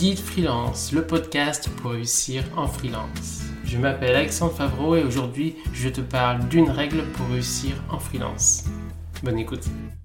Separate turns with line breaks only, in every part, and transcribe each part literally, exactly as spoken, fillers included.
Guide Freelance, le podcast pour réussir en freelance. Je m'appelle Alexandre Favreau et aujourd'hui, je te parle d'une règle pour réussir en freelance. Bonne écoute.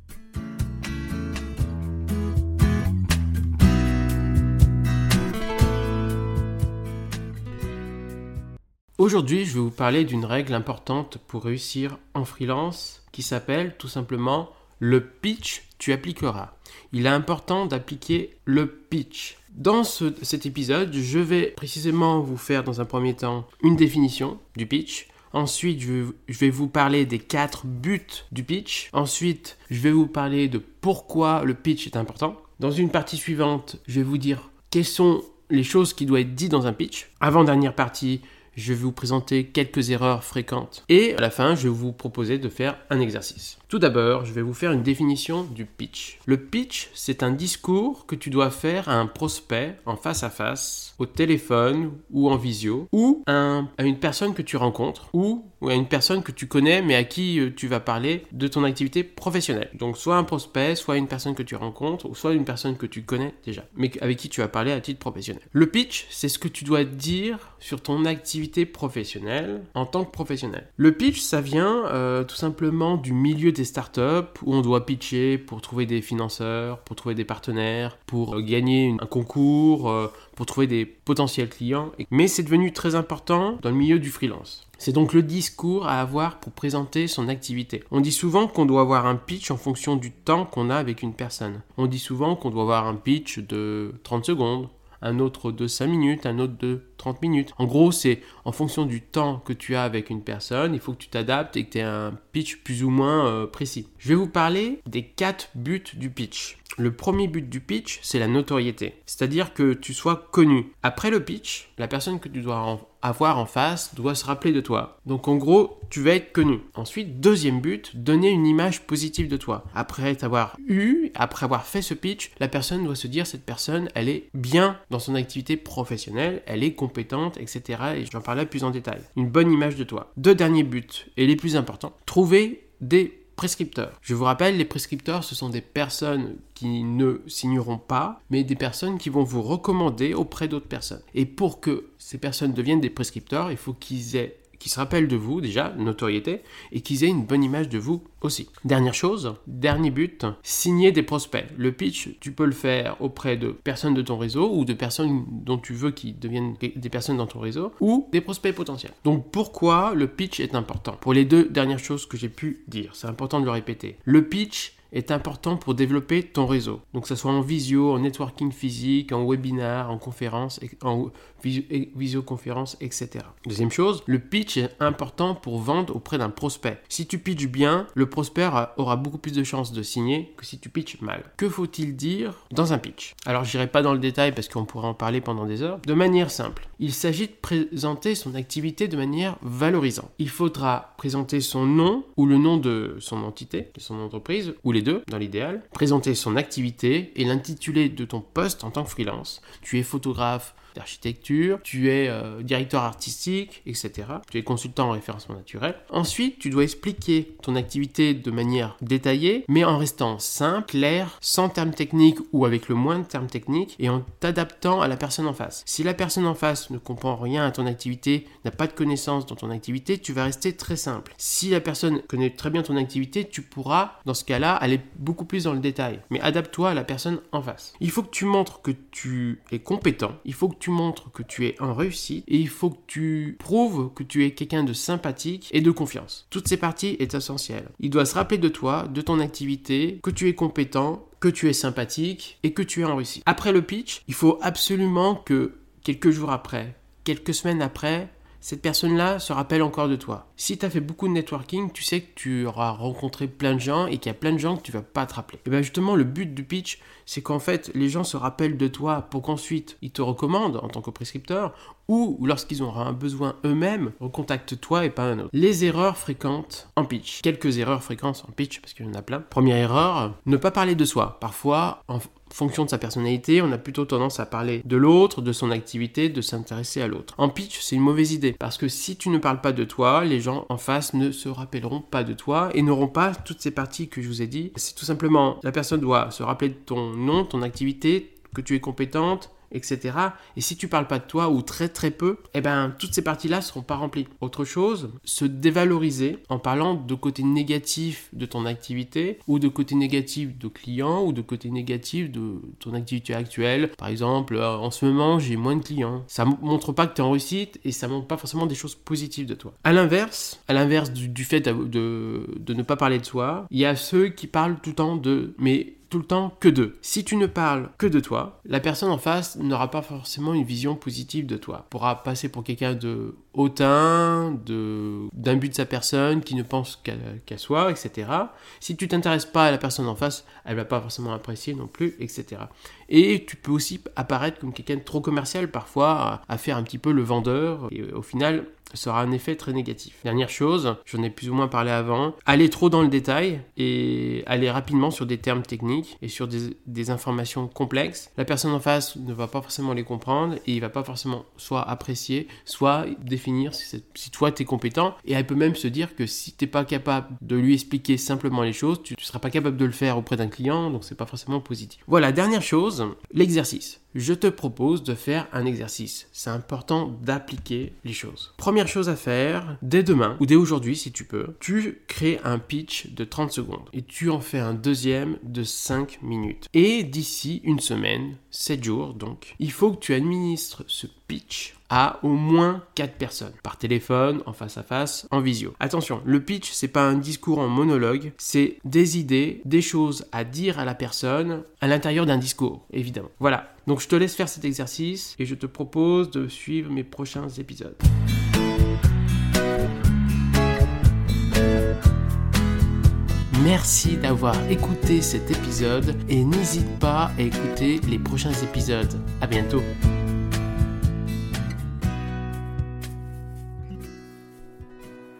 Aujourd'hui, je vais vous parler d'une règle importante pour réussir en freelance qui s'appelle tout simplement le pitch tu appliqueras. Il est important d'appliquer le pitch. Dans ce, cet épisode, je vais précisément vous faire dans un premier temps une définition du pitch. Ensuite, je, je vais vous parler des quatre buts du pitch. Ensuite, je vais vous parler de pourquoi le pitch est important. Dans une partie suivante, je vais vous dire quelles sont les choses qui doivent être dites dans un pitch. Avant-dernière partie, je vais vous présenter quelques erreurs fréquentes. Et à la fin, je vais vous proposer de faire un exercice. Tout d'abord, je vais vous faire une définition du pitch. Le pitch, c'est un discours que tu dois faire à un prospect en face à face, au téléphone ou en visio, ou à, un, à une personne que tu rencontres, ou, ou à une personne que tu connais mais à qui euh, tu vas parler de ton activité professionnelle. Donc soit un prospect, soit une personne que tu rencontres, ou soit une personne que tu connais déjà, mais avec qui tu vas parler à titre professionnel. Le pitch, c'est ce que tu dois dire sur ton activité professionnelle en tant que professionnel. Le pitch, ça vient euh, tout simplement du milieu des startups où on doit pitcher pour trouver des financeurs, pour trouver des partenaires, pour gagner un concours, pour trouver des potentiels clients. Mais c'est devenu très important dans le milieu du freelance. C'est donc le discours à avoir pour présenter son activité. On dit souvent qu'on doit avoir un pitch en fonction du temps qu'on a avec une personne. On dit souvent qu'on doit avoir un pitch de trente secondes, un autre de cinq minutes, un autre de trente minutes. En gros, c'est en fonction du temps que tu as avec une personne, il faut que tu t'adaptes et que tu aies un pitch plus ou moins euh, précis. Je vais vous parler des quatre buts du pitch. Le premier but du pitch, c'est la notoriété. C'est-à-dire que tu sois connu. Après le pitch, la personne que tu dois en avoir en face doit se rappeler de toi. Donc en gros, tu vas être connu. Ensuite, deuxième but, donner une image positive de toi. Après t'avoir eu, après avoir fait ce pitch, la personne doit se dire, cette personne, elle est bien dans son activité professionnelle, elle est compétente, et cetera. Et j'en parlerai plus en détail. Une bonne image de toi. Deux derniers buts, et les plus importants, trouver des prescripteurs. Je vous rappelle, les prescripteurs, ce sont des personnes qui ne signeront pas, mais des personnes qui vont vous recommander auprès d'autres personnes. Et pour que ces personnes deviennent des prescripteurs, il faut qu'ils aient qui se rappellent de vous déjà, notoriété, et qu'ils aient une bonne image de vous aussi. Dernière chose, dernier but, signer des prospects. Le pitch, tu peux le faire auprès de personnes de ton réseau ou de personnes dont tu veux qu'ils deviennent des personnes dans ton réseau ou des prospects potentiels. Donc pourquoi le pitch est important? Pour les deux dernières choses que j'ai pu dire, c'est important de le répéter. Le pitch est important pour développer ton réseau. Donc que ce soit en visio, en networking physique, en webinar, en conférence, en visio, visioconférence, et cetera. Deuxième chose, le pitch est important pour vendre auprès d'un prospect. Si tu pitches bien, le prospect aura beaucoup plus de chances de signer que si tu pitches mal. Que faut-il dire dans un pitch? Alors je n'irai pas dans le détail parce qu'on pourrait en parler pendant des heures. De manière simple, il s'agit de présenter son activité de manière valorisante. Il faudra présenter son nom ou le nom de son entité, de son entreprise, ou les deux dans l'idéal, présenter son activité et l'intitulé de ton poste en tant que freelance. Tu es photographe d'architecture, tu es euh, directeur artistique, et cetera. Tu es consultant en référencement naturel. Ensuite, tu dois expliquer ton activité de manière détaillée, mais en restant simple, clair, sans termes techniques ou avec le moins de termes techniques et en t'adaptant à la personne en face. Si la personne en face ne comprend rien à ton activité, n'a pas de connaissances dans ton activité, tu vas rester très simple. Si la personne connaît très bien ton activité, tu pourras, dans ce cas-là, aller beaucoup plus dans le détail. Mais adapte-toi à la personne en face. Il faut que tu montres que tu es compétent, il faut que tu Tu montres que tu es en réussite et il faut que tu prouves que tu es quelqu'un de sympathique et de confiance. Toutes ces parties est essentielle. Il doit se rappeler de toi, de ton activité, que tu es compétent, que tu es sympathique et que tu es en réussite. Après le pitch, il faut absolument que quelques jours après, quelques semaines après, cette personne-là se rappelle encore de toi. Si tu as fait beaucoup de networking, tu sais que tu auras rencontré plein de gens et qu'il y a plein de gens que tu ne vas pas te rappeler. Et bien justement, le but du pitch, c'est qu'en fait, les gens se rappellent de toi pour qu'ensuite, ils te recommandent en tant que prescripteur ou lorsqu'ils auront un besoin eux-mêmes, recontactent-toi et pas un autre. Les erreurs fréquentes en pitch. Quelques erreurs fréquentes en pitch, parce qu'il y en a plein. Première erreur, ne pas parler de soi. Parfois, en fonction de sa personnalité, on a plutôt tendance à parler de l'autre, de son activité, de s'intéresser à l'autre. En pitch, c'est une mauvaise idée, parce que si tu ne parles pas de toi, les gens en face ne se rappelleront pas de toi et n'auront pas toutes ces parties que je vous ai dit. C'est tout simplement, la personne doit se rappeler de ton nom, ton activité, que tu es compétente, et cetera. Et si tu parles pas de toi ou très très peu, eh ben toutes ces parties-là seront pas remplies. Autre chose, se dévaloriser en parlant de côté négatif de ton activité ou de côté négatif de clients ou de côté négatif de ton activité actuelle. Par exemple, euh, en ce moment, j'ai moins de clients. Ça m- montre pas que tu es en réussite et ça montre pas forcément des choses positives de toi. À l'inverse, à l'inverse du, du fait de, de, de ne pas parler de soi, il y a ceux qui parlent tout le temps de mais tout le temps que d'eux. Si tu ne parles que de toi, la personne en face n'aura pas forcément une vision positive de toi. Pourra passer pour quelqu'un de hautain, de, d'un but de sa personne, qui ne pense qu'à, qu'à soi, et cetera. Si tu t'intéresses pas à la personne en face, elle va pas forcément apprécier non plus, et cetera. Et tu peux aussi apparaître comme quelqu'un de trop commercial parfois, à, à faire un petit peu le vendeur, et au final, ça aura un effet très négatif. Dernière chose, j'en ai plus ou moins parlé avant, aller trop dans le détail et aller rapidement sur des termes techniques et sur des, des informations complexes. La personne en face ne va pas forcément les comprendre et il va pas forcément soit apprécier, soit définir si, si toi tu es compétent. Et elle peut même se dire que si tu n'es pas capable de lui expliquer simplement les choses, tu ne seras pas capable de le faire auprès d'un client, donc c'est pas forcément positif. Voilà, dernière chose, l'exercice. Je te propose de faire un exercice. C'est important d'appliquer les choses. Première chose à faire, dès demain, ou dès aujourd'hui si tu peux, tu crées un pitch de trente secondes et tu en fais un deuxième de cinq minutes. Et d'ici une semaine, sept jours donc, il faut que tu administres ce pitch à au moins quatre personnes, par téléphone, en face à face, en visio. Attention, le pitch, c'est pas un discours en monologue, c'est des idées, des choses à dire à la personne à l'intérieur d'un discours, évidemment. Voilà, donc je te laisse faire cet exercice et je te propose de suivre mes prochains épisodes. Merci d'avoir écouté cet épisode et n'hésite pas à écouter les prochains épisodes. À bientôt.